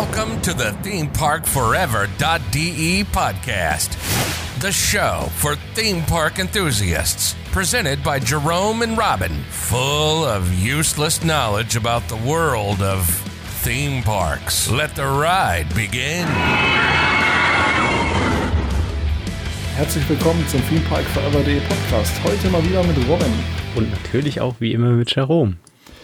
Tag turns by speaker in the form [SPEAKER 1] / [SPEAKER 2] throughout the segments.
[SPEAKER 1] Welcome to the ThemeParkForever.de podcast, the show for theme park enthusiasts, presented by Jerome and Robin, full of useless knowledge about the world of theme parks. Let the ride begin.
[SPEAKER 2] Herzlich willkommen zum ThemeParkForever.de Podcast. Heute mal wieder mit Robin.
[SPEAKER 3] Und natürlich auch wie immer mit Jerome.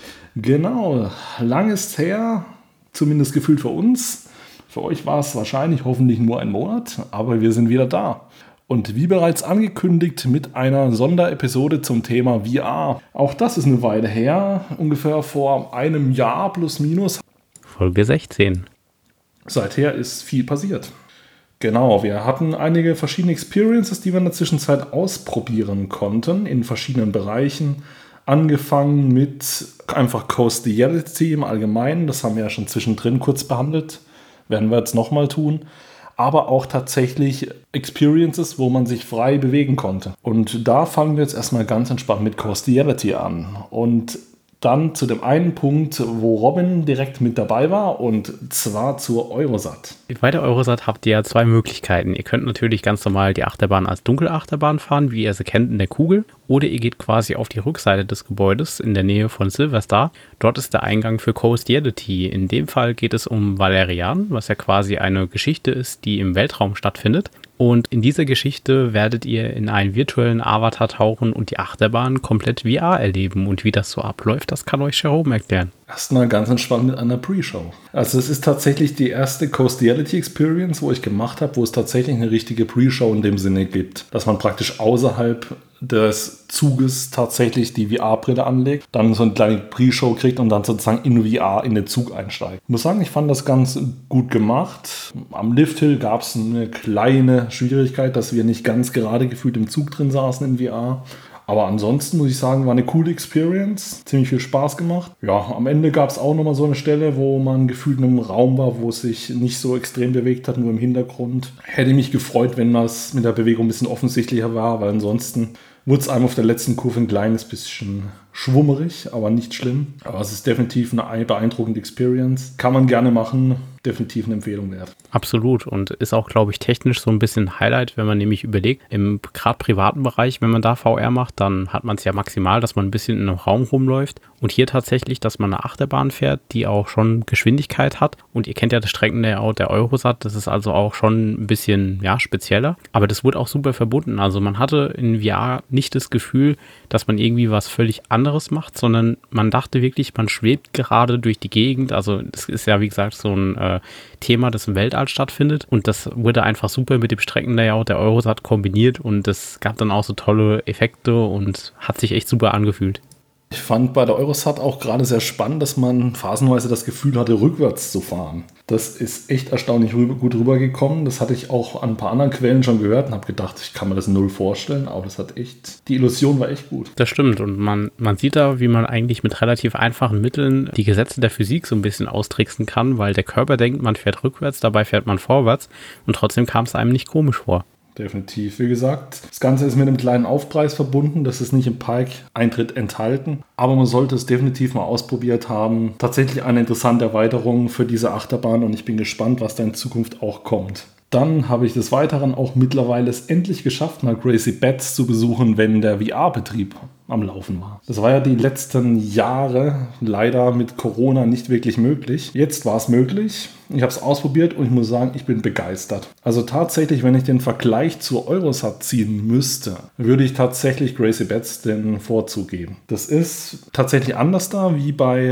[SPEAKER 2] Genau, lang ist her, zumindest gefühlt für uns. Für euch war es wahrscheinlich hoffentlich nur ein Monat, aber wir sind wieder da. Und wie bereits angekündigt mit einer Sonderepisode zum Thema VR. Auch das ist eine Weile her, ungefähr vor einem Jahr plus minus.
[SPEAKER 3] Folge 16.
[SPEAKER 2] Seither ist viel passiert. Genau, wir hatten einige verschiedene Experiences, die wir in der Zwischenzeit ausprobieren konnten, in verschiedenen Bereichen. Angefangen mit einfach Coastiality im Allgemeinen, das haben wir ja schon zwischendrin kurz behandelt, werden wir jetzt nochmal tun. Aber auch tatsächlich Experiences, wo man sich frei bewegen konnte. Und da fangen wir jetzt erstmal ganz entspannt mit Coastiality an. Und dann zu dem einen Punkt, wo Robin direkt mit dabei war, und zwar zur Eurosat.
[SPEAKER 3] Bei der Eurosat habt ihr ja zwei Möglichkeiten. Ihr könnt natürlich ganz normal die Achterbahn als Dunkelachterbahn fahren, wie ihr sie kennt in der Kugel. Oder ihr geht quasi auf die Rückseite des Gebäudes in der Nähe von Silverstar. Dort ist der Eingang für Coastiality. In dem Fall geht es um Valerian, was ja quasi eine Geschichte ist, die im Weltraum stattfindet. Und in dieser Geschichte werdet ihr in einen virtuellen Avatar tauchen und die Achterbahn komplett VR erleben. Und wie das so abläuft, das kann euch Jerome erklären.
[SPEAKER 2] Erstmal ganz entspannt mit einer Pre-Show. Also es ist tatsächlich die erste Coastiality Experience, wo ich gemacht habe, wo es tatsächlich eine richtige Pre-Show in dem Sinne gibt. Dass man praktisch außerhalb des Zuges tatsächlich die VR-Brille anlegt, dann so eine kleine Pre-Show kriegt und dann sozusagen in VR in den Zug einsteigt. Ich muss sagen, ich fand das ganz gut gemacht. Am Lifthill gab es eine kleine Schwierigkeit, dass wir nicht ganz gerade gefühlt im Zug drin saßen in VR. Aber ansonsten muss ich sagen, war eine coole Experience. Ziemlich viel Spaß gemacht. Ja, am Ende gab es auch nochmal so eine Stelle, wo man gefühlt in einem Raum war, wo es sich nicht so extrem bewegt hat, nur im Hintergrund. Hätte mich gefreut, wenn das mit der Bewegung ein bisschen offensichtlicher war, weil ansonsten wurde es einem auf der letzten Kurve ein kleines bisschen schwummerig, aber nicht schlimm. Aber es ist definitiv eine beeindruckende Experience. Kann man gerne machen. Definitiv eine Empfehlung wert.
[SPEAKER 3] Absolut, und ist auch, glaube ich, technisch so ein bisschen Highlight, wenn man nämlich überlegt, im gerade privaten Bereich, wenn man da VR macht, dann hat man es ja maximal, dass man ein bisschen in einem Raum rumläuft, und hier tatsächlich, dass man eine Achterbahn fährt, die auch schon Geschwindigkeit hat, und ihr kennt ja das Streckenlayout der Eurosat, das ist also auch schon ein bisschen, ja, spezieller, aber das wurde auch super verbunden, also man hatte in VR nicht das Gefühl, dass man irgendwie was völlig anderes macht, sondern man dachte wirklich, man schwebt gerade durch die Gegend, also es ist ja, wie gesagt, so ein Thema, das im Weltall stattfindet, und das wurde einfach super mit dem Streckenlayout der Eurosat kombiniert, und es gab dann auch so tolle Effekte und hat sich echt super angefühlt.
[SPEAKER 2] Ich fand bei der Eurosat auch gerade sehr spannend, dass man phasenweise das Gefühl hatte, rückwärts zu fahren. Das ist echt erstaunlich gut rübergekommen. Das hatte ich auch an ein paar anderen Quellen schon gehört und habe gedacht, ich kann mir das null vorstellen, aber das hat echt, die Illusion war echt gut.
[SPEAKER 3] Das stimmt, und man sieht da, wie man eigentlich mit relativ einfachen Mitteln die Gesetze der Physik so ein bisschen austricksen kann, weil der Körper denkt, man fährt rückwärts, dabei fährt man vorwärts, und trotzdem kam es einem nicht komisch vor.
[SPEAKER 2] Definitiv. Wie gesagt, das Ganze ist mit einem kleinen Aufpreis verbunden. Das ist nicht im Park-Eintritt enthalten. Aber man sollte es definitiv mal ausprobiert haben. Tatsächlich eine interessante Erweiterung für diese Achterbahn, und ich bin gespannt, was da in Zukunft auch kommt. Dann habe ich des Weiteren auch mittlerweile es endlich geschafft, mal Crazy Bats zu besuchen, wenn der VR-Betrieb am Laufen war. Das war ja die letzten Jahre leider mit Corona nicht wirklich möglich. Jetzt war es möglich. Ich habe es ausprobiert und ich muss sagen, ich bin begeistert. Also tatsächlich, wenn ich den Vergleich zur Eurosat ziehen müsste, würde ich tatsächlich Crazy Bats den Vorzug geben. Das ist tatsächlich anders da wie bei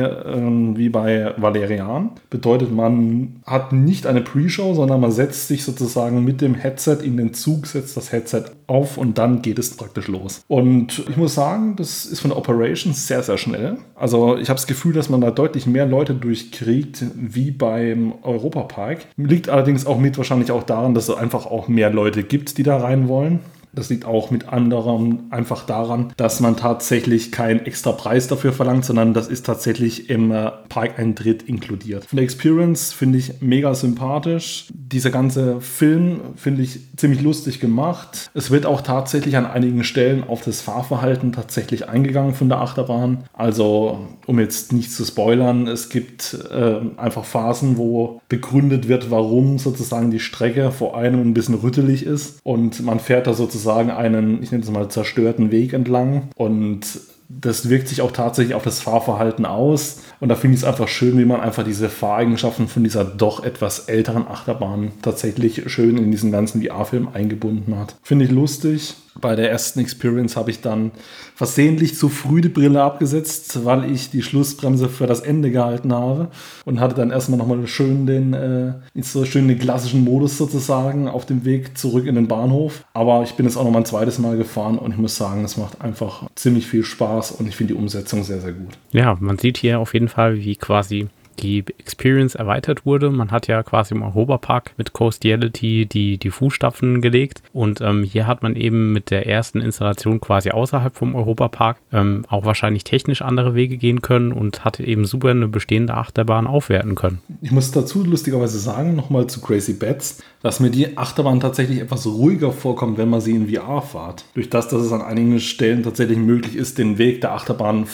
[SPEAKER 2] Valerian. Bedeutet, man hat nicht eine Pre-Show, sondern man setzt sich sozusagen mit dem Headset in den Zug, setzt das Headset auf und dann geht es praktisch los. Und ich muss sagen, das ist von der Operation sehr, sehr schnell. Also ich habe das Gefühl, dass man da deutlich mehr Leute durchkriegt wie beim Europapark. Liegt allerdings auch wahrscheinlich auch daran, dass es einfach auch mehr Leute gibt, die da rein wollen. Das liegt auch mit anderem einfach daran, dass man tatsächlich keinen extra Preis dafür verlangt, sondern das ist tatsächlich im Parkeintritt inkludiert. Von der Experience finde ich mega sympathisch. Dieser ganze Film finde ich ziemlich lustig gemacht. Es wird auch tatsächlich an einigen Stellen auf das Fahrverhalten tatsächlich eingegangen von der Achterbahn. Also, um jetzt nicht zu spoilern, es gibt einfach Phasen, wo begründet wird, warum sozusagen die Strecke vor einem ein bisschen rüttelig ist und man fährt da sozusagen einen, ich nenne es mal, zerstörten Weg entlang und das wirkt sich auch tatsächlich auf das Fahrverhalten aus und da finde ich es einfach schön, wie man einfach diese Fahreigenschaften von dieser doch etwas älteren Achterbahn tatsächlich schön in diesen ganzen VR-Film eingebunden hat. Finde ich lustig. Bei der ersten Experience habe ich dann versehentlich zu früh die Brille abgesetzt, weil ich die Schlussbremse für das Ende gehalten habe und hatte dann erstmal nochmal schön den klassischen Modus sozusagen auf dem Weg zurück in den Bahnhof. Aber ich bin jetzt auch nochmal ein zweites Mal gefahren und ich muss sagen, es macht einfach ziemlich viel Spaß und ich finde die Umsetzung sehr, sehr gut.
[SPEAKER 3] Ja, man sieht hier auf jeden Fall, wie quasi die Experience erweitert wurde. Man hat ja quasi im Europapark mit Coastiality die Fußstapfen gelegt und hier hat man eben mit der ersten Installation quasi außerhalb vom Europapark auch wahrscheinlich technisch andere Wege gehen können und hat eben super eine bestehende Achterbahn aufwerten können.
[SPEAKER 2] Ich muss dazu lustigerweise sagen, nochmal zu Crazy Bats, dass mir die Achterbahn tatsächlich etwas ruhiger vorkommt, wenn man sie in VR fährt. Durch das, dass es an einigen Stellen tatsächlich möglich ist, den Weg der Achterbahn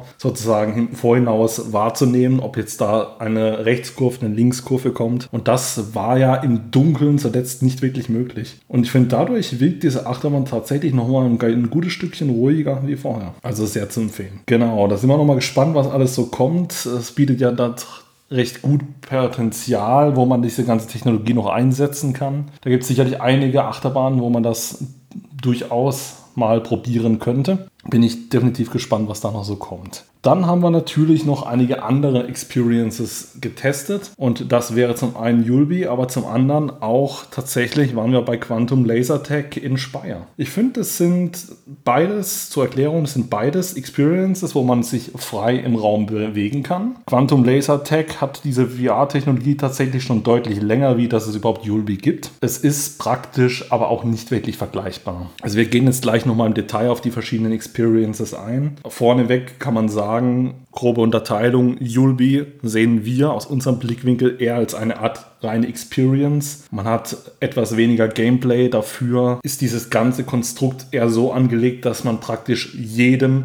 [SPEAKER 2] vorhinaus wahrzunehmen, ob jetzt da eine Rechtskurve, eine Linkskurve kommt. Und das war ja im Dunkeln zuletzt nicht wirklich möglich. Und ich finde, dadurch wirkt diese Achterbahn tatsächlich nochmal ein gutes Stückchen ruhiger wie vorher. Also sehr zu empfehlen. Genau, da sind wir nochmal gespannt, was alles so kommt. Es bietet ja das recht gut Potenzial, wo man diese ganze Technologie noch einsetzen kann. Da gibt es sicherlich einige Achterbahnen, wo man das durchaus mal probieren könnte. Bin ich definitiv gespannt, was da noch so kommt. Dann haben wir natürlich noch einige andere Experiences getestet und das wäre zum einen Yulby, aber zum anderen auch tatsächlich waren wir bei Quantum Lasertag in Speyer. Ich finde, das sind beides, zur Erklärung, das sind beides Experiences, wo man sich frei im Raum bewegen kann. Quantum Lasertag hat diese VR-Technologie tatsächlich schon deutlich länger, wie dass es überhaupt Yulby gibt. Es ist praktisch, aber auch nicht wirklich vergleichbar. Also wir gehen jetzt gleich nochmal im Detail auf die verschiedenen Experiences ein. Vorneweg kann man sagen, grobe Unterteilung, Yulby sehen wir aus unserem Blickwinkel eher als eine Art reine Experience. Man hat etwas weniger Gameplay, dafür ist dieses ganze Konstrukt eher so angelegt, dass man praktisch jedem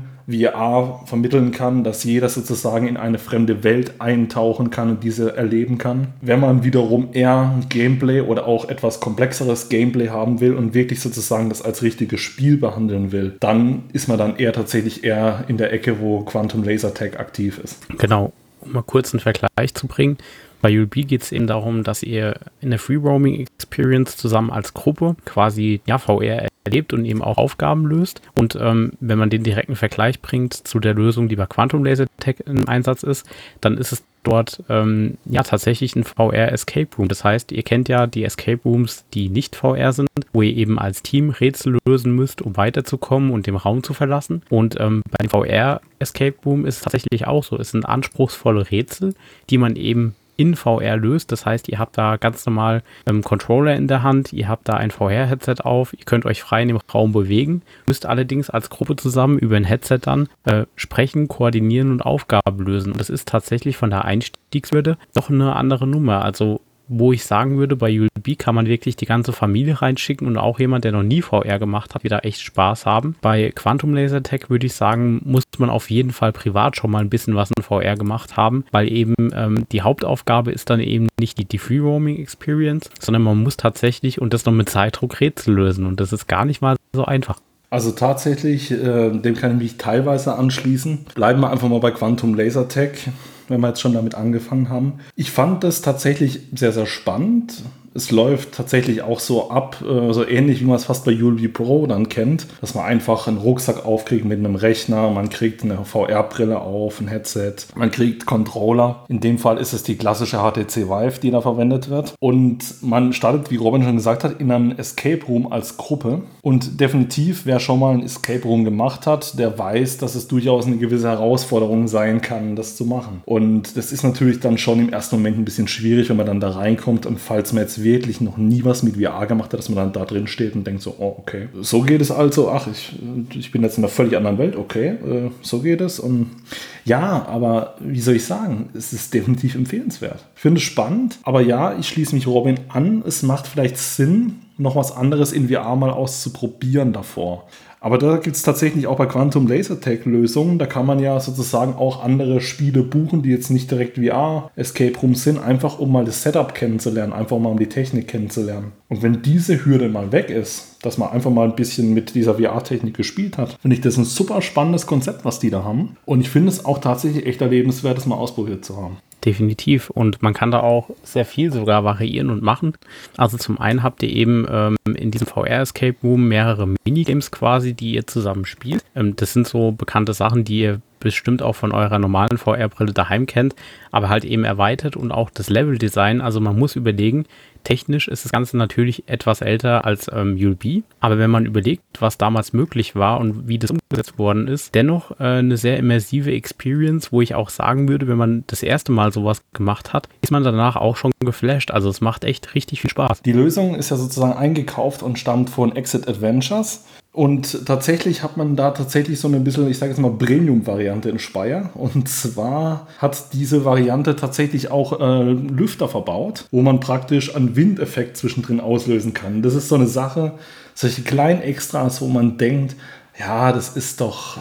[SPEAKER 2] VR vermitteln kann, dass jeder sozusagen in eine fremde Welt eintauchen kann und diese erleben kann. Wenn man wiederum eher Gameplay oder auch etwas komplexeres Gameplay haben will und wirklich sozusagen das als richtiges Spiel behandeln will, dann ist man dann eher tatsächlich eher in der Ecke, wo Quantum Lasertag aktiv ist.
[SPEAKER 3] Genau, um mal kurz einen Vergleich zu bringen. Bei Yulby geht es eben darum, dass ihr in der Free-Roaming-Experience zusammen als Gruppe quasi VR erlebt und eben auch Aufgaben löst. Und wenn man den direkten Vergleich bringt zu der Lösung, die bei Quantum Lasertag im Einsatz ist, dann ist es dort tatsächlich ein VR-Escape Room. Das heißt, ihr kennt ja die Escape Rooms, die nicht VR sind, wo ihr eben als Team Rätsel lösen müsst, um weiterzukommen und den Raum zu verlassen. Und bei dem VR-Escape Room ist es tatsächlich auch so. Es sind anspruchsvolle Rätsel, die man eben in VR löst. Das heißt, ihr habt da ganz normal Controller in der Hand, ihr habt da ein VR-Headset auf, ihr könnt euch frei in dem Raum bewegen, müsst allerdings als Gruppe zusammen über ein Headset dann sprechen, koordinieren und Aufgaben lösen. Und das ist tatsächlich von der Einstiegshürde doch eine andere Nummer. Also wo ich sagen würde, bei Yulby kann man wirklich die ganze Familie reinschicken und auch jemand, der noch nie VR gemacht hat, wieder echt Spaß haben. Bei Quantum Lasertag würde ich sagen, muss man auf jeden Fall privat schon mal ein bisschen was in VR gemacht haben, weil eben die Hauptaufgabe ist dann eben nicht die Free-Roaming-Experience, sondern man muss tatsächlich und das noch mit Zeitdruck Rätsel lösen und das ist gar nicht mal so einfach.
[SPEAKER 2] Also tatsächlich, dem kann ich mich teilweise anschließen. Bleiben wir einfach mal bei Quantum Lasertag, wenn wir jetzt schon damit angefangen haben. Ich fand das tatsächlich sehr, sehr spannend. Es läuft tatsächlich auch so ab, so ähnlich wie man es fast bei Yulby Pro dann kennt, dass man einfach einen Rucksack aufkriegt mit einem Rechner, man kriegt eine VR-Brille auf, ein Headset, man kriegt Controller. In dem Fall ist es die klassische HTC Vive, die da verwendet wird. Und man startet, wie Robin schon gesagt hat, in einem Escape Room als Gruppe. Und definitiv, wer schon mal ein Escape Room gemacht hat, der weiß, dass es durchaus eine gewisse Herausforderung sein kann, das zu machen. Und das ist natürlich dann schon im ersten Moment ein bisschen schwierig, wenn man dann da reinkommt und falls man jetzt wirklich noch nie was mit VR gemacht hat, dass man dann da drin steht und denkt so, oh, okay, so geht es also, ach, ich bin jetzt in einer völlig anderen Welt, okay, so geht es und ja, aber wie soll ich sagen, es ist definitiv empfehlenswert. Ich finde es spannend, aber ja, ich schließe mich Robin an, es macht vielleicht Sinn, noch was anderes in VR mal auszuprobieren davor. Aber da gibt es tatsächlich auch bei Quantum Lasertag Lösungen. Da kann man ja sozusagen auch andere Spiele buchen, die jetzt nicht direkt VR-Escape Rooms sind, einfach um mal das Setup kennenzulernen, einfach mal um die Technik kennenzulernen. Und wenn diese Hürde mal weg ist, dass man einfach mal ein bisschen mit dieser VR-Technik gespielt hat, finde ich das ein super spannendes Konzept, was die da haben. Und ich finde es auch tatsächlich echt erlebenswert, das mal ausprobiert zu haben.
[SPEAKER 3] Definitiv. Und man kann da auch sehr viel sogar variieren und machen. Also zum einen habt ihr eben in diesem VR-Escape Room mehrere Minigames quasi, die ihr zusammen spielt. Das sind so bekannte Sachen, die ihr bestimmt auch von eurer normalen VR-Brille daheim kennt, aber halt eben erweitert und auch das Level-Design. Also man muss überlegen, technisch ist das Ganze natürlich etwas älter als ULB, aber wenn man überlegt, was damals möglich war und wie das umgesetzt worden ist, dennoch eine sehr immersive Experience, wo ich auch sagen würde, wenn man das erste Mal sowas gemacht hat, ist man danach auch schon geflasht. Also es macht echt richtig viel Spaß.
[SPEAKER 2] Die Lösung ist ja sozusagen eingekauft und stammt von Exit Adventures. Und tatsächlich hat man da tatsächlich so eine bisschen, ich sage jetzt mal, Premium-Variante in Speyer. Und zwar hat diese Variante tatsächlich auch Lüfter verbaut, wo man praktisch einen Windeffekt zwischendrin auslösen kann. Das ist so eine Sache, solche kleinen Extras, wo man denkt, ja, das ist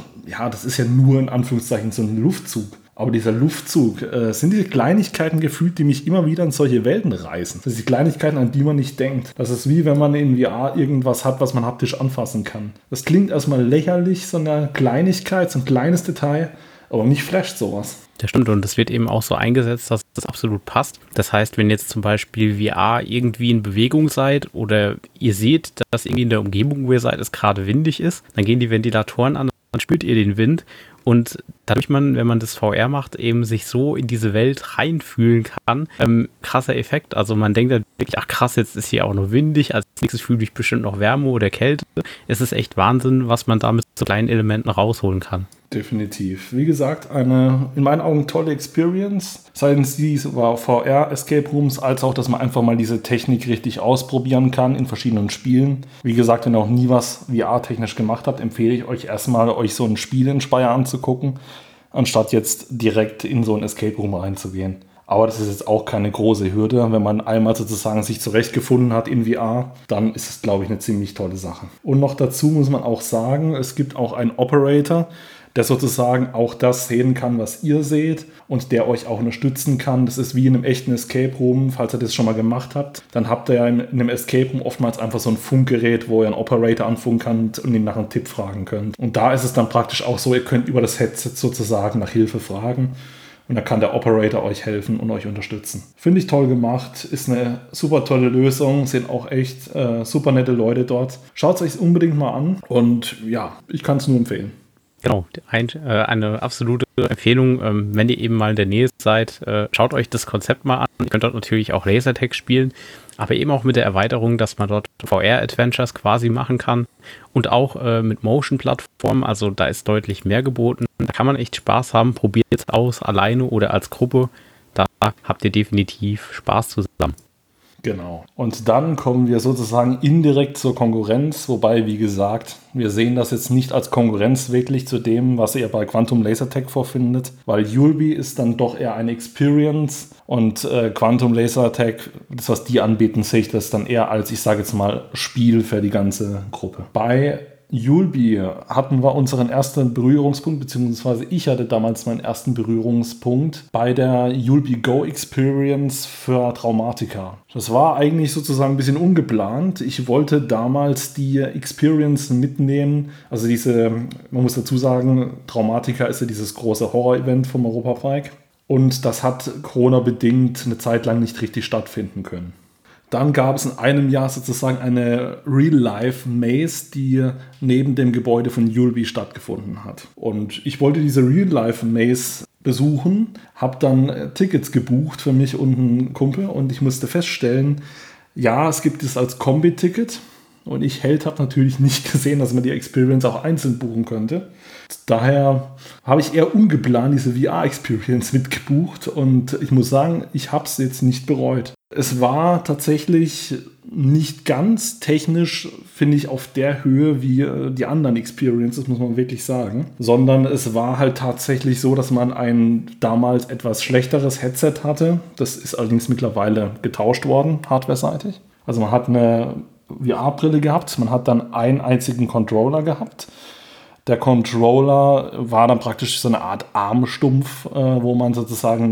[SPEAKER 2] ja nur in Anführungszeichen so ein Luftzug. Aber dieser Luftzug, sind diese Kleinigkeiten gefühlt, die mich immer wieder in solche Welten reißen. Das sind die Kleinigkeiten, an die man nicht denkt. Das ist wie wenn man in VR irgendwas hat, was man haptisch anfassen kann. Das klingt erstmal lächerlich, so eine Kleinigkeit, so ein kleines Detail, aber mich flasht sowas.
[SPEAKER 3] Das stimmt, und das wird eben auch so eingesetzt, dass das absolut passt. Das heißt, wenn jetzt zum Beispiel VR irgendwie in Bewegung seid oder ihr seht, dass irgendwie in der Umgebung, wo ihr seid, es gerade windig ist, dann gehen die Ventilatoren an, dann spürt ihr den Wind. Und dadurch wenn man das VR macht, eben sich so in diese Welt reinfühlen kann, krasser Effekt. Also man denkt dann wirklich, ach krass, jetzt ist hier auch noch windig, als nächstes fühle ich bestimmt noch Wärme oder Kälte. Es ist echt Wahnsinn, was man da mit so kleinen Elementen rausholen kann.
[SPEAKER 2] Definitiv. Wie gesagt, eine in meinen Augen tolle Experience. Seitens dieser VR-Escape Rooms, als auch, dass man einfach mal diese Technik richtig ausprobieren kann in verschiedenen Spielen. Wie gesagt, wenn ihr auch nie was VR-technisch gemacht habt, empfehle ich euch erstmal, euch so ein Spiel in Speyer anzugucken, anstatt jetzt direkt in so ein Escape Room reinzugehen. Aber das ist jetzt auch keine große Hürde. Wenn man einmal sozusagen sich zurechtgefunden hat in VR, dann ist es, glaube ich, eine ziemlich tolle Sache. Und noch dazu muss man auch sagen, es gibt auch einen Operator, der sozusagen auch das sehen kann, was ihr seht und der euch auch unterstützen kann. Das ist wie in einem echten Escape Room, falls ihr das schon mal gemacht habt. Dann habt ihr ja in einem Escape Room oftmals einfach so ein Funkgerät, wo ihr einen Operator anfunken könnt und ihn nach einem Tipp fragen könnt. Und da ist es dann praktisch auch so, ihr könnt über das Headset sozusagen nach Hilfe fragen. Und da kann der Operator euch helfen und euch unterstützen. Finde ich toll gemacht, ist eine super tolle Lösung, sind auch echt super nette Leute dort. Schaut es euch unbedingt mal an und ja, ich kann es nur empfehlen.
[SPEAKER 3] Genau, eine absolute Empfehlung, wenn ihr eben mal in der Nähe seid, schaut euch das Konzept mal an. Ihr könnt dort natürlich auch Lasertag spielen, aber eben auch mit der Erweiterung, dass man dort VR-Adventures quasi machen kann und auch mit Motion-Plattformen, also da ist deutlich mehr geboten. Da kann man echt Spaß haben, probiert es aus, alleine oder als Gruppe, da habt ihr definitiv Spaß zusammen.
[SPEAKER 2] Genau. Und dann kommen wir sozusagen indirekt zur Konkurrenz, wobei, wie gesagt, wir sehen das jetzt nicht als Konkurrenz wirklich zu dem, was ihr bei Quantum Lasertag vorfindet, weil Ulby ist dann doch eher eine Experience und Quantum Lasertag, das, was die anbieten, sehe ich das dann eher als, ich sage jetzt mal, Spiel für die ganze Gruppe. Bei Ulby hatten wir unseren ersten Berührungspunkt, beziehungsweise ich hatte damals meinen ersten Berührungspunkt bei der Ulby Go Experience für Traumatiker. Das war eigentlich sozusagen ein bisschen ungeplant. Ich wollte damals die Experience mitnehmen. Also man muss dazu sagen, Traumatiker ist ja dieses große Horror-Event vom Europapark. Und das hat Corona-bedingt eine Zeit lang nicht richtig stattfinden können. Dann gab es in einem Jahr sozusagen eine Real-Life-Maze, die neben dem Gebäude von Ulby stattgefunden hat. Und ich wollte diese Real-Life-Maze besuchen, habe dann Tickets gebucht für mich und einen Kumpel und ich musste feststellen, ja, es gibt es als Kombi-Ticket und ich habe natürlich nicht gesehen, dass man die Experience auch einzeln buchen könnte. Daher habe ich eher ungeplant diese VR-Experience mitgebucht und ich muss sagen, ich habe es jetzt nicht bereut. Es war tatsächlich nicht ganz technisch, finde ich, auf der Höhe wie die anderen Experiences, muss man wirklich sagen. Sondern es war halt tatsächlich so, dass man ein damals etwas schlechteres Headset hatte. Das ist allerdings mittlerweile getauscht worden, hardwareseitig. Also man hat eine VR-Brille gehabt. Man hat dann einen einzigen Controller gehabt. Der Controller war dann praktisch so eine Art Armstumpf, wo man sozusagen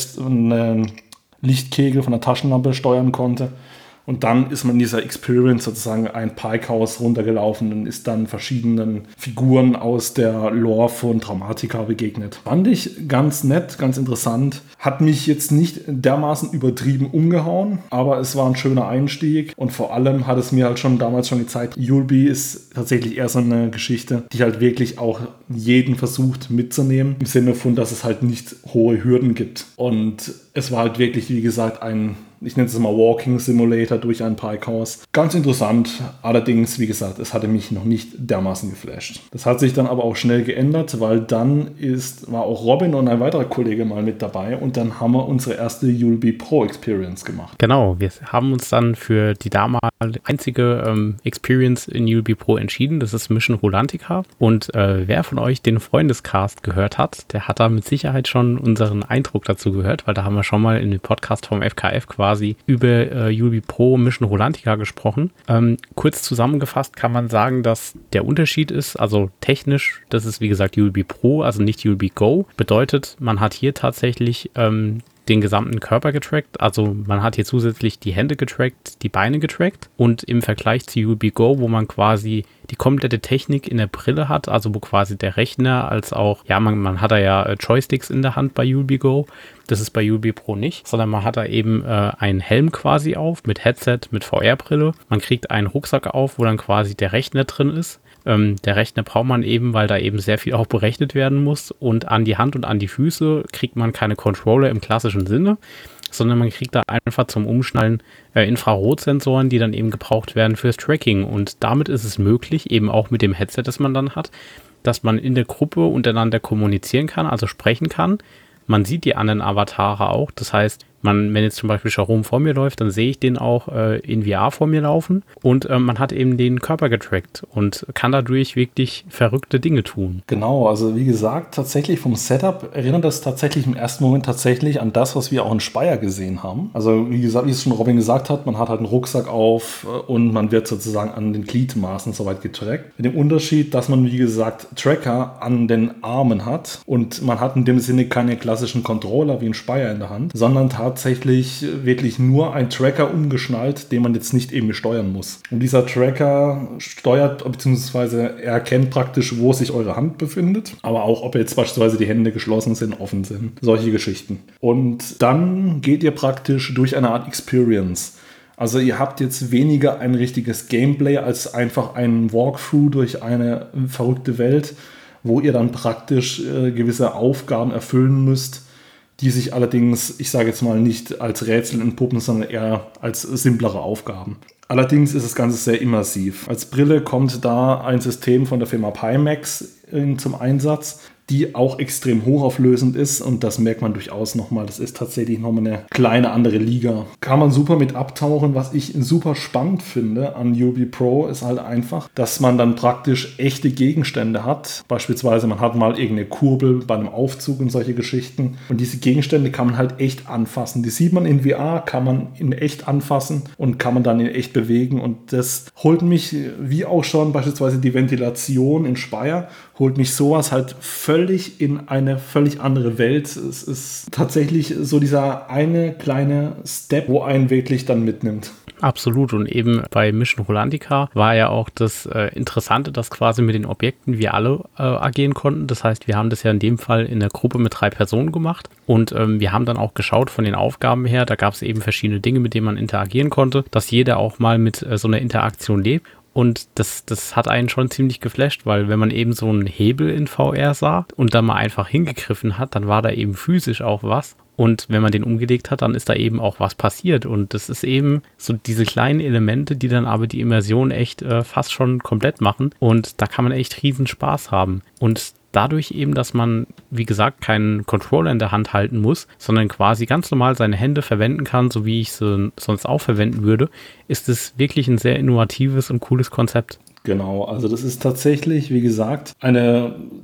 [SPEAKER 2] eine Lichtkegel von der Taschenlampe steuern konnte. Und dann ist man in dieser Experience sozusagen ein Parkhaus runtergelaufen und ist dann verschiedenen Figuren aus der Lore von Traumatica begegnet. Fand ich ganz nett, ganz interessant. Hat mich jetzt nicht dermaßen übertrieben umgehauen, aber es war ein schöner Einstieg. Und vor allem hat es mir halt damals schon gezeigt, Yulby ist tatsächlich eher so eine Geschichte, die halt wirklich auch jeden versucht mitzunehmen. Im Sinne von, dass es halt nicht hohe Hürden gibt. Und es war halt wirklich, wie gesagt, ich nenne es mal Walking Simulator durch ein Parkhaus. Ganz interessant, allerdings, wie gesagt, es hatte mich noch nicht dermaßen geflasht. Das hat sich dann aber auch schnell geändert, weil dann war auch Robin und ein weiterer Kollege mal mit dabei und dann haben wir unsere erste Yulby Pro Experience gemacht.
[SPEAKER 3] Genau, wir haben uns dann für die damals einzige Experience in Yulby Pro entschieden, das ist Mission Rulantica. Und wer von euch den Freundescast gehört hat, der hat da mit Sicherheit schon unseren Eindruck dazu gehört, weil da haben wir schon mal in dem Podcast vom FKF quasi über Yulby Pro Mission Rulantica gesprochen. Kurz zusammengefasst kann man sagen, dass der Unterschied ist, also technisch, das ist wie gesagt Yulby Pro, also nicht Yulby Go. Bedeutet, man hat hier tatsächlich den gesamten Körper getrackt, also man hat hier zusätzlich die Hände getrackt, die Beine getrackt und im Vergleich zu Yulby Go, wo man quasi die komplette Technik in der Brille hat, also wo quasi der Rechner als auch, ja, man hat da ja Joysticks in der Hand bei Yulby Go, das ist bei Yulby Pro nicht, sondern man hat da eben einen Helm quasi auf mit Headset, mit VR-Brille, man kriegt einen Rucksack auf, wo dann quasi der Rechner drin ist. Der Rechner braucht man eben, weil da eben sehr viel auch berechnet werden muss und an die Hand und an die Füße kriegt man keine Controller im klassischen Sinne, sondern man kriegt da einfach zum Umschnallen Infrarotsensoren, die dann eben gebraucht werden fürs Tracking und damit ist es möglich, eben auch mit dem Headset, das man dann hat, dass man in der Gruppe untereinander kommunizieren kann, also sprechen kann. Man sieht die anderen Avatare auch, das heißt, wenn jetzt zum Beispiel Jerome vor mir läuft, dann sehe ich den auch in VR vor mir laufen und man hat eben den Körper getrackt und kann dadurch wirklich verrückte Dinge tun.
[SPEAKER 2] Genau, also wie gesagt, tatsächlich vom Setup erinnert das tatsächlich im ersten Moment tatsächlich an das, was wir auch in Speyer gesehen haben. Also wie gesagt, wie es schon Robin gesagt hat, man hat halt einen Rucksack auf und man wird sozusagen an den Gliedmaßen soweit getrackt. Mit dem Unterschied, dass man wie gesagt Tracker an den Armen hat und man hat in dem Sinne keine klassischen Controller wie in Speyer in der Hand, sondern tatsächlich wirklich nur ein Tracker umgeschnallt, den man jetzt nicht eben steuern muss. Und dieser Tracker steuert, beziehungsweise erkennt praktisch, wo sich eure Hand befindet, aber auch, ob jetzt beispielsweise die Hände geschlossen sind, offen sind, solche Geschichten. Und dann geht ihr praktisch durch eine Art Experience. Also ihr habt jetzt weniger ein richtiges Gameplay als einfach ein Walkthrough durch eine verrückte Welt, wo ihr dann praktisch gewisse Aufgaben erfüllen müsst, die sich allerdings, ich sage jetzt mal, nicht als Rätsel entpuppen, sondern eher als simplere Aufgaben. Allerdings ist das Ganze sehr immersiv. Als Brille kommt da ein System von der Firma Pimax zum Einsatz, die auch extrem hochauflösend ist und das merkt man durchaus nochmal. Das ist tatsächlich nochmal eine kleine andere Liga. Kann man super mit abtauchen. Was ich super spannend finde an Yulby Pro ist halt einfach, dass man dann praktisch echte Gegenstände hat. Beispielsweise man hat mal irgendeine Kurbel bei einem Aufzug und solche Geschichten. Und diese Gegenstände kann man halt echt anfassen. Die sieht man in VR, kann man in echt anfassen und kann man dann in echt bewegen. Und das holt mich, wie auch schon beispielsweise die Ventilation in Speyer, holt mich sowas halt völlig in eine völlig andere Welt. Es ist tatsächlich so dieser eine kleine Step, wo einen wirklich dann mitnimmt.
[SPEAKER 3] Absolut, und eben bei Mission Rulantica war ja auch das Interessante, dass quasi mit den Objekten wir alle agieren konnten. Das heißt, wir haben das ja in dem Fall in der Gruppe mit 3 Personen gemacht und wir haben dann auch geschaut von den Aufgaben her, da gab es eben verschiedene Dinge, mit denen man interagieren konnte, dass jeder auch mal mit so einer Interaktion lebt. Und das hat einen schon ziemlich geflasht, weil wenn man eben so einen Hebel in VR sah und da mal einfach hingegriffen hat, dann war da eben physisch auch was. Und wenn man den umgelegt hat, dann ist da eben auch was passiert. Und das ist eben so diese kleinen Elemente, die dann aber die Immersion echt fast schon komplett machen. Und da kann man echt riesen Spaß haben. Und dadurch eben, dass man, wie gesagt, keinen Controller in der Hand halten muss, sondern quasi ganz normal seine Hände verwenden kann, so wie ich sie sonst auch verwenden würde, ist es wirklich ein sehr innovatives und cooles Konzept.
[SPEAKER 2] Genau, also das ist tatsächlich, wie gesagt, eine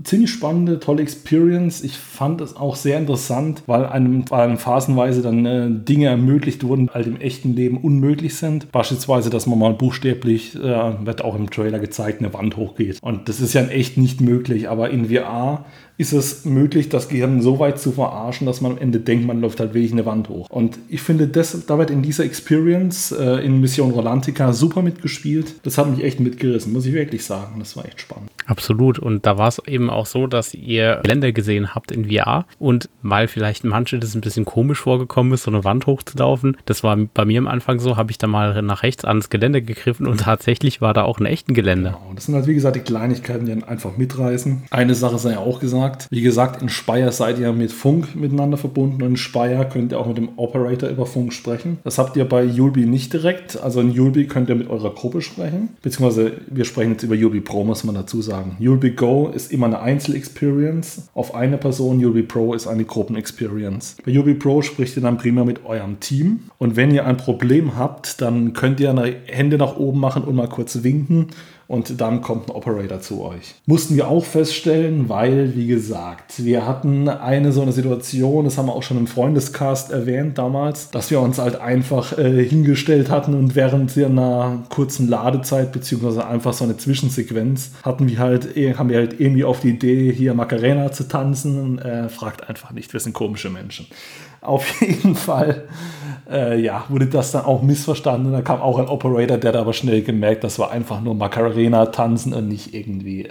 [SPEAKER 2] ziemlich spannende, tolle Experience. Ich fand es auch sehr interessant, weil einem phasenweise dann Dinge ermöglicht wurden, die halt im echten Leben unmöglich sind. Beispielsweise, dass man mal buchstäblich, wird auch im Trailer gezeigt, eine Wand hochgeht. Und das ist ja in echt nicht möglich, aber in VR ist es möglich, das Gehirn so weit zu verarschen, dass man am Ende denkt, man läuft halt wirklich eine Wand hoch. Und ich finde, da wird in dieser Experience in Mission Rolantica super mitgespielt. Das hat mich echt mitgerissen, muss ich wirklich sagen. Das war echt spannend.
[SPEAKER 3] Absolut. Und da war es eben auch so, dass ihr Gelände gesehen habt in VR und weil vielleicht manche das ein bisschen komisch vorgekommen ist, so eine Wand hochzulaufen, das war bei mir am Anfang so, habe ich da mal nach rechts ans Gelände gegriffen und tatsächlich war da auch ein echten Gelände.
[SPEAKER 2] Genau. Das sind halt, wie gesagt, die Kleinigkeiten, die dann einfach mitreißen. Eine Sache sei ja auch gesagt. Wie gesagt, in Speyer seid ihr mit Funk miteinander verbunden und in Speyer könnt ihr auch mit dem Operator über Funk sprechen. Das habt ihr bei Yulby nicht direkt. Also in Yulby könnt ihr mit eurer Gruppe sprechen. Beziehungsweise wir sprechen jetzt über Yulby Pro, muss man dazu sagen. Yulby Go ist immer eine Einzel-Experience auf eine Person. Yulby Pro ist eine Gruppen-Experience. Bei Yulby Pro spricht ihr dann primär mit eurem Team. Und wenn ihr ein Problem habt, dann könnt ihr Hände nach oben machen und mal kurz winken. Und dann kommt ein Operator zu euch. Mussten wir auch feststellen, weil, wie gesagt, wir hatten so eine Situation, das haben wir auch schon im Freundescast erwähnt damals, dass wir uns halt einfach hingestellt hatten und während einer kurzen Ladezeit, beziehungsweise einfach so eine Zwischensequenz, haben wir halt irgendwie auf die Idee, hier Macarena zu tanzen. Fragt einfach nicht, wir sind komische Menschen. Auf jeden Fall wurde das dann auch missverstanden. Da kam auch ein Operator, der hat aber schnell gemerkt, das war einfach nur Macarena tanzen und nicht irgendwie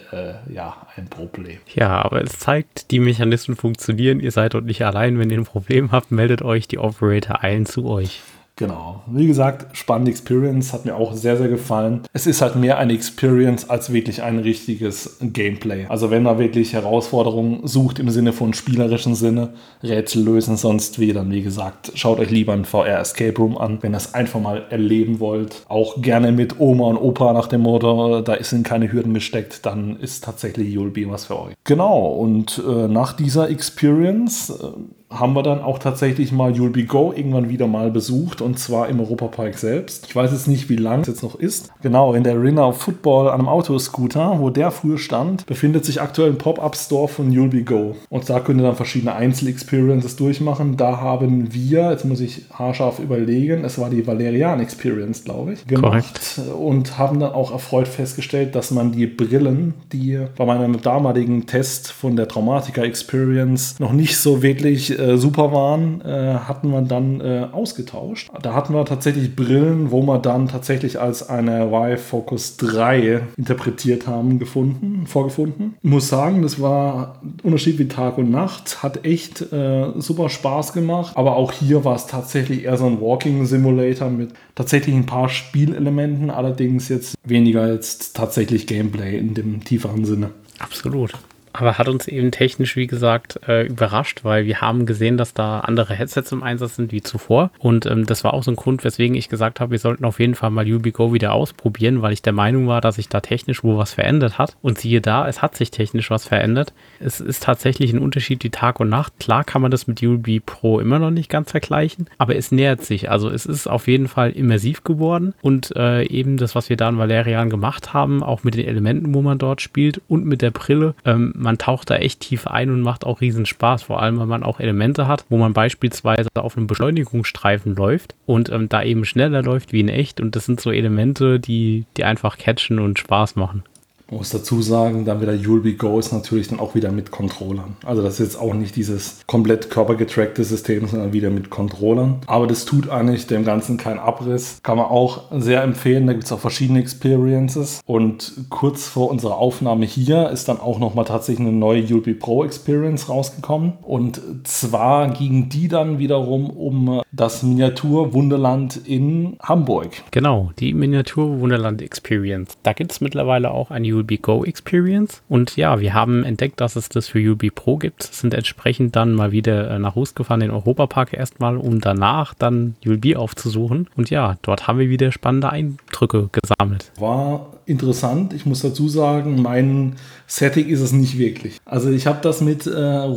[SPEAKER 2] ein Problem.
[SPEAKER 3] Ja, aber es zeigt, die Mechanismen funktionieren. Ihr seid dort nicht allein. Wenn ihr ein Problem habt, meldet euch, die Operator eilen zu euch.
[SPEAKER 2] Genau. Wie gesagt, spannende Experience, hat mir auch sehr, sehr gefallen. Es ist halt mehr eine Experience als wirklich ein richtiges Gameplay. Also wenn man wirklich Herausforderungen sucht im Sinne von spielerischen Sinne, Rätsel lösen, sonst wie, dann wie gesagt, schaut euch lieber ein VR Escape Room an, wenn ihr das einfach mal erleben wollt. Auch gerne mit Oma und Opa nach dem Motto, da sind keine Hürden gesteckt, dann ist tatsächlich Yulby was für euch. Genau, und nach dieser Experience haben wir dann auch tatsächlich mal Yulby Go irgendwann wieder mal besucht und zwar im Europapark selbst. Ich weiß jetzt nicht, wie lang es jetzt noch ist. Genau, in der Arena of Football an einem Autoscooter, wo der früher stand, befindet sich aktuell ein Pop-Up-Store von Yulby Go. Und da könnt ihr dann verschiedene Einzel-Experiences durchmachen. Da haben wir, jetzt muss ich haarscharf überlegen, es war die Valerian Experience, glaube ich, gemacht. Korrekt. Und haben dann auch erfreut festgestellt, dass man die Brillen, die bei meinem damaligen Test von der Traumatica Experience noch nicht so wirklich super waren, hatten wir dann ausgetauscht. Da hatten wir tatsächlich Brillen, wo wir dann tatsächlich als eine Vive Focus 3 interpretiert haben, vorgefunden. Ich muss sagen, das war ein Unterschied wie Tag und Nacht, hat echt super Spaß gemacht, aber auch hier war es tatsächlich eher so ein Walking Simulator mit tatsächlich ein paar Spielelementen, allerdings jetzt weniger jetzt tatsächlich Gameplay in dem tieferen Sinne.
[SPEAKER 3] Absolut. Aber hat uns eben technisch, wie gesagt, überrascht, weil wir haben gesehen, dass da andere Headsets im Einsatz sind wie zuvor. Und das war auch so ein Grund, weswegen ich gesagt habe, wir sollten auf jeden Fall mal Yulby Go wieder ausprobieren, weil ich der Meinung war, dass sich da technisch wohl was verändert hat. Und siehe da, es hat sich technisch was verändert. Es ist tatsächlich ein Unterschied wie Tag und Nacht. Klar kann man das mit Yulby Pro immer noch nicht ganz vergleichen, aber es nähert sich. Also es ist auf jeden Fall immersiv geworden. Und eben das, was wir da in Valerian gemacht haben, auch mit den Elementen, wo man dort spielt und mit der Brille, man taucht da echt tief ein und macht auch riesen Spaß, vor allem, wenn man auch Elemente hat, wo man beispielsweise auf einem Beschleunigungsstreifen läuft und da eben schneller läuft wie in echt und das sind so Elemente, die einfach catchen und Spaß machen.
[SPEAKER 2] Ich muss dazu sagen, dann wieder Yulby Go ist natürlich dann auch wieder mit Controllern. Also das ist jetzt auch nicht dieses komplett körpergetrackte System, sondern wieder mit Controllern. Aber das tut eigentlich dem Ganzen keinen Abriss. Kann man auch sehr empfehlen. Da gibt es auch verschiedene Experiences. Und kurz vor unserer Aufnahme hier ist dann auch nochmal tatsächlich eine neue Yulby Pro Experience rausgekommen. Und zwar ging die dann wiederum um das Miniatur-Wunderland in Hamburg.
[SPEAKER 3] Genau, die Miniatur-Wunderland Experience. Da gibt es mittlerweile auch eine Yulby Go Experience und ja, wir haben entdeckt, dass es das für Yulby Pro gibt, sind entsprechend dann mal wieder nach Hus gefahren, den Europapark erstmal, um danach dann Yulby aufzusuchen und ja, dort haben wir wieder spannende Eindrücke gesammelt.
[SPEAKER 2] War interessant, ich muss dazu sagen, mein Setting ist es nicht wirklich. Also ich habe das mit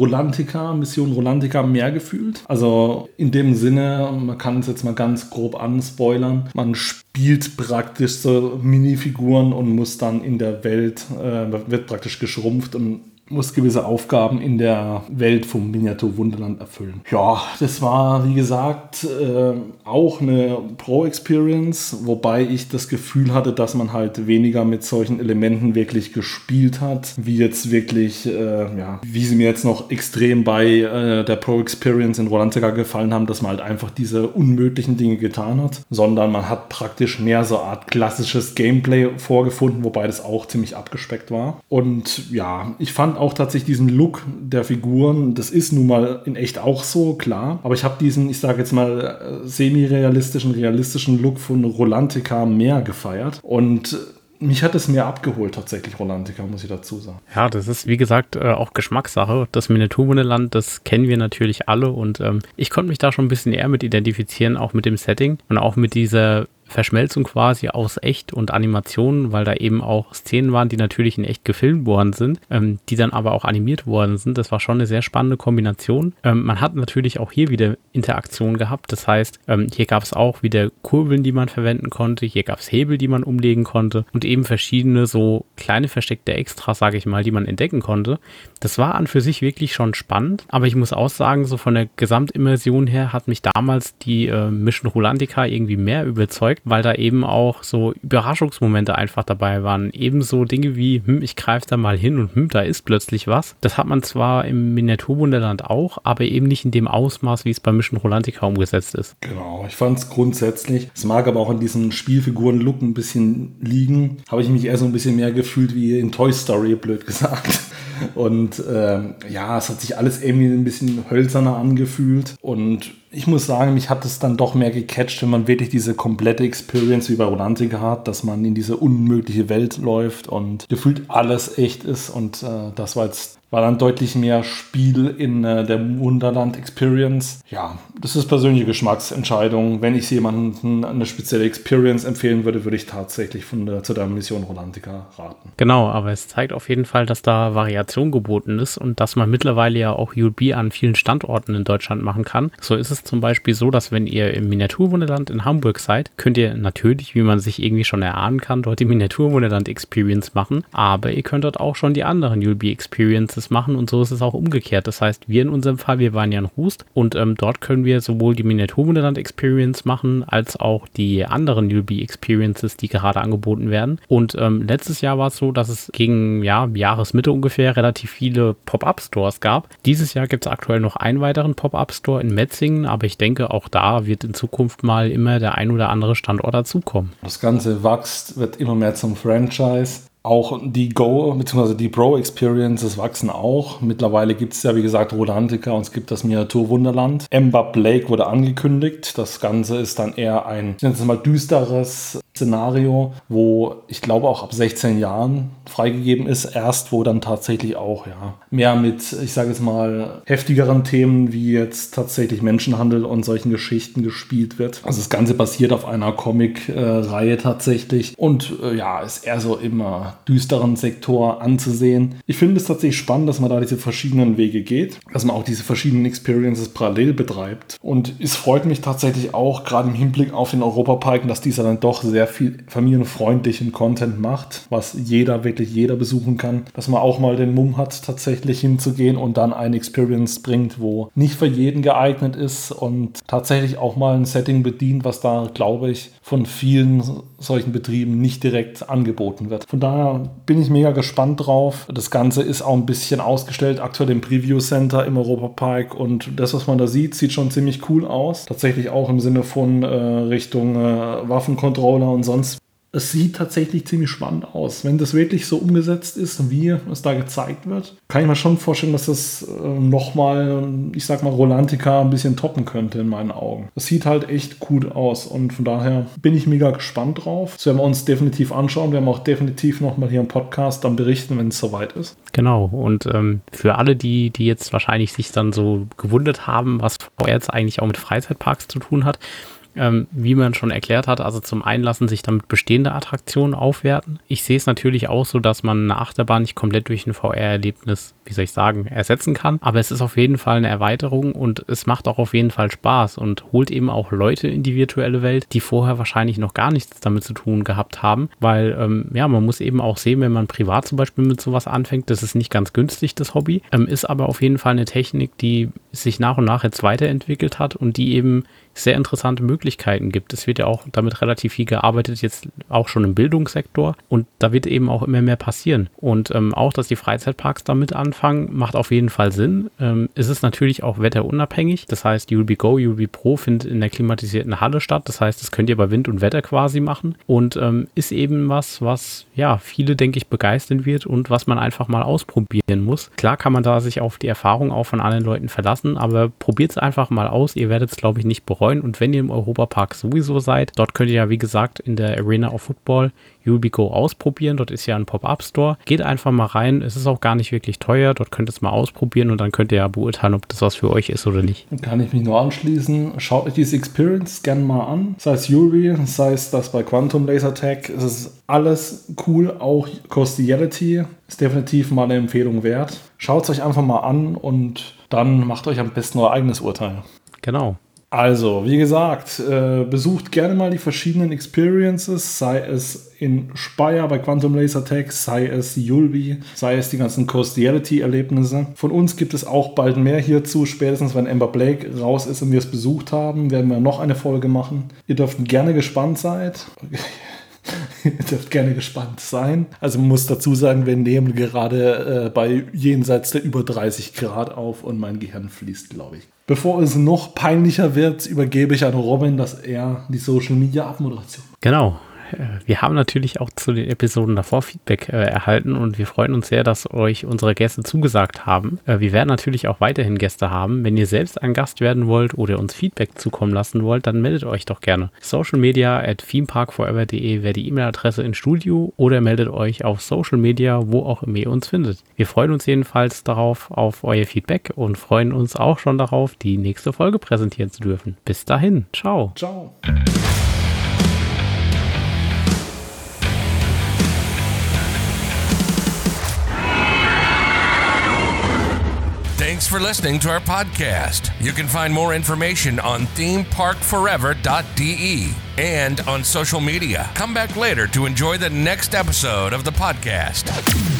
[SPEAKER 2] Mission Rolantica mehr gefühlt, also in dem Sinne, man kann es jetzt mal ganz grob anspoilern, man spielt praktisch so Minifiguren und muss dann in der Welt, wird praktisch geschrumpft und muss gewisse Aufgaben in der Welt vom Miniatur Wunderland erfüllen. Ja, das war, wie gesagt, auch eine Pro-Experience, wobei ich das Gefühl hatte, dass man halt weniger mit solchen Elementen wirklich gespielt hat, wie jetzt wirklich, wie sie mir jetzt noch extrem bei der Pro-Experience in Rolantica gefallen haben, dass man halt einfach diese unmöglichen Dinge getan hat, sondern man hat praktisch mehr so eine Art klassisches Gameplay vorgefunden, wobei das auch ziemlich abgespeckt war. Und ja, ich fand auch tatsächlich diesen Look der Figuren, das ist nun mal in echt auch so, klar, aber ich habe diesen, ich sage jetzt mal, realistischen Look von Rolantica mehr gefeiert und mich hat es mehr abgeholt tatsächlich, Rolantica, muss ich dazu sagen.
[SPEAKER 3] Ja, das ist wie gesagt auch Geschmackssache. Das Miniaturwunderland, das kennen wir natürlich alle und ich konnte mich da schon ein bisschen eher mit identifizieren, auch mit dem Setting und auch mit dieser Verschmelzung quasi aus echt und Animationen, weil da eben auch Szenen waren, die natürlich in echt gefilmt worden sind, die dann aber auch animiert worden sind. Das war schon eine sehr spannende Kombination. Man hat natürlich auch hier wieder Interaktion gehabt. Das heißt, hier gab es auch wieder Kurbeln, die man verwenden konnte. Hier gab es Hebel, die man umlegen konnte und eben verschiedene so kleine versteckte Extras, sage ich mal, die man entdecken konnte. Das war an für sich wirklich schon spannend, aber ich muss auch sagen, so von der Gesamtimmersion her hat mich damals die Mission Rolantica irgendwie mehr überzeugt, weil da eben auch so Überraschungsmomente einfach dabei waren. Ebenso Dinge wie, ich greife da mal hin und da ist plötzlich was. Das hat man zwar im Miniaturwunderland auch, aber eben nicht in dem Ausmaß, wie es bei Mission Rolantica umgesetzt ist.
[SPEAKER 2] Genau, ich fand es grundsätzlich, es mag aber auch in diesem Spielfiguren-Look ein bisschen liegen, habe ich mich eher so ein bisschen mehr gefühlt wie in Toy Story, blöd gesagt. Und es hat sich alles irgendwie ein bisschen hölzerner angefühlt und ich muss sagen, mich hat es dann doch mehr gecatcht, wenn man wirklich diese komplette Experience wie bei Rolantica hat, dass man in diese unmögliche Welt läuft und gefühlt alles echt ist und das war dann deutlich mehr Spiel in der Wunderland-Experience. Ja, das ist persönliche Geschmacksentscheidung. Wenn ich jemandem eine spezielle Experience empfehlen würde, würde ich tatsächlich zu der Mission Rolantica raten.
[SPEAKER 3] Genau, aber es zeigt auf jeden Fall, dass da Variation geboten ist und dass man mittlerweile ja auch ULB an vielen Standorten in Deutschland machen kann. So ist es zum Beispiel so, dass wenn ihr im Miniaturwunderland in Hamburg seid, könnt ihr natürlich, wie man sich irgendwie schon erahnen kann, dort die Miniaturwunderland-Experience machen, aber ihr könnt dort auch schon die anderen ULB-Experiences machen und so ist es auch umgekehrt. Das heißt, wir in unserem Fall, wir waren ja in Rust und dort können wir sowohl die Miniaturwunderland-Experience machen, als auch die anderen ULB-Experiences, die gerade angeboten werden. Und letztes Jahr war es so, dass es gegen Jahresmitte ungefähr relativ viele Pop-Up-Stores gab. Dieses Jahr gibt es aktuell noch einen weiteren Pop-Up-Store in Metzingen, aber ich denke, auch da wird in Zukunft mal immer der ein oder andere Standort dazukommen.
[SPEAKER 2] Das Ganze wächst, wird immer mehr zum Franchise. Auch die Go- bzw. die Pro-Experiences wachsen auch. Mittlerweile gibt es ja, wie gesagt, Rolantica und es gibt das Miniaturwunderland. Ember Blake wurde angekündigt. Das Ganze ist dann eher ein, ich nenne es mal, düsteres Szenario, wo ich glaube auch ab 16 Jahren freigegeben ist. Erst, wo dann tatsächlich auch mehr mit, ich sage jetzt mal, heftigeren Themen wie jetzt tatsächlich Menschenhandel und solchen Geschichten gespielt wird. Also das Ganze basiert auf einer Comic-Reihe tatsächlich und ist eher so immer düsteren Sektor anzusehen. Ich finde es tatsächlich spannend, dass man da diese verschiedenen Wege geht, dass man auch diese verschiedenen Experiences parallel betreibt. Und es freut mich tatsächlich auch, gerade im Hinblick auf den Europapark, dass dieser dann doch sehr viel familienfreundlichen Content macht, was wirklich jeder besuchen kann, dass man auch mal den Mumm hat, tatsächlich hinzugehen und dann eine Experience bringt, wo nicht für jeden geeignet ist und tatsächlich auch mal ein Setting bedient, was da, glaube ich, von vielen solchen Betrieben nicht direkt angeboten wird. Von daher bin ich mega gespannt drauf. Das Ganze ist auch ein bisschen ausgestellt, aktuell im Preview Center im Europapark und das, was man da sieht, sieht schon ziemlich cool aus. Tatsächlich auch im Sinne von Richtung Waffencontroller und sonst. Es sieht tatsächlich ziemlich spannend aus. Wenn das wirklich so umgesetzt ist, wie es da gezeigt wird, kann ich mir schon vorstellen, dass das nochmal, ich sag mal, Rolantica ein bisschen toppen könnte in meinen Augen. Das sieht halt echt gut aus und von daher bin ich mega gespannt drauf. Das werden wir uns definitiv anschauen. Wir werden auch definitiv nochmal hier im Podcast dann berichten, wenn es soweit ist.
[SPEAKER 3] Genau, und für alle, die jetzt wahrscheinlich sich dann so gewundert haben, was VR jetzt eigentlich auch mit Freizeitparks zu tun hat, wie man schon erklärt hat, also zum einen lassen sich damit bestehende Attraktionen aufwerten. Ich sehe es natürlich auch so, dass man eine Achterbahn nicht komplett durch ein VR-Erlebnis, ersetzen kann. Aber es ist auf jeden Fall eine Erweiterung und es macht auch auf jeden Fall Spaß und holt eben auch Leute in die virtuelle Welt, die vorher wahrscheinlich noch gar nichts damit zu tun gehabt haben, weil man muss eben auch sehen, wenn man privat zum Beispiel mit sowas anfängt, das ist nicht ganz günstig, das Hobby, ist aber auf jeden Fall eine Technik, die sich nach und nach jetzt weiterentwickelt hat und die eben sehr interessante Möglichkeiten gibt. Es wird ja auch damit relativ viel gearbeitet, jetzt auch schon im Bildungssektor und da wird eben auch immer mehr passieren. Und auch, dass die Freizeitparks damit anfangen, macht auf jeden Fall Sinn. Es ist natürlich auch wetterunabhängig. Das heißt, You'll Be Go, You'll Be Pro findet in der klimatisierten Halle statt. Das heißt, das könnt ihr bei Wind und Wetter quasi machen und ist eben was viele, denke ich, begeistern wird und was man einfach mal ausprobieren muss. Klar kann man da sich auf die Erfahrung auch von anderen Leuten verlassen, aber probiert es einfach mal aus. Ihr werdet es, glaube ich, nicht bereuen. Und wenn ihr im Europapark sowieso seid, dort könnt ihr ja, wie gesagt, in der Arena of Football You'll Be Go ausprobieren. Dort ist ja ein Pop-Up-Store. Geht einfach mal rein. Es ist auch gar nicht wirklich teuer. Dort könnt ihr es mal ausprobieren und dann könnt ihr ja beurteilen, ob das was für euch ist oder nicht.
[SPEAKER 2] Dann kann ich mich nur anschließen. Schaut euch diese Experience gerne mal an. Sei es Yuri, sei es das bei Quantum Laser Tag. Es ist alles cool. Auch Costiality ist definitiv mal eine Empfehlung wert. Schaut es euch einfach mal an und dann macht euch am besten euer eigenes Urteil.
[SPEAKER 3] Genau.
[SPEAKER 2] Also, wie gesagt, besucht gerne mal die verschiedenen Experiences, sei es in Speyer bei Quantum Laser Tag, sei es Yulby, sei es die ganzen Costiality-Erlebnisse. Von uns gibt es auch bald mehr hierzu, spätestens wenn Amber Blake raus ist und wir es besucht haben, werden wir noch eine Folge machen. Ihr dürft gerne gespannt sein. Ihr dürft gerne gespannt sein. Also man muss dazu sagen, wir nehmen gerade bei jenseits der über 30 Grad auf und mein Gehirn fließt, glaube ich. Bevor es noch peinlicher wird, übergebe ich an Robin, dass er die Social-Media-Abmoderation macht.
[SPEAKER 3] Genau. Wir haben natürlich auch zu den Episoden davor Feedback erhalten und wir freuen uns sehr, dass euch unsere Gäste zugesagt haben. Wir werden natürlich auch weiterhin Gäste haben. Wenn ihr selbst ein Gast werden wollt oder uns Feedback zukommen lassen wollt, dann meldet euch doch gerne. socialmedia@themeparkforever.de wäre die E-Mail-Adresse ins Studio oder meldet euch auf Social Media, wo auch immer ihr uns findet. Wir freuen uns jedenfalls darauf, auf euer Feedback und freuen uns auch schon darauf, die nächste Folge präsentieren zu dürfen. Bis dahin. Ciao.
[SPEAKER 2] Ciao.
[SPEAKER 1] Thanks for listening to our podcast. You can find more information on themeparkforever.de and on social media. Come back later to enjoy the next episode of the podcast.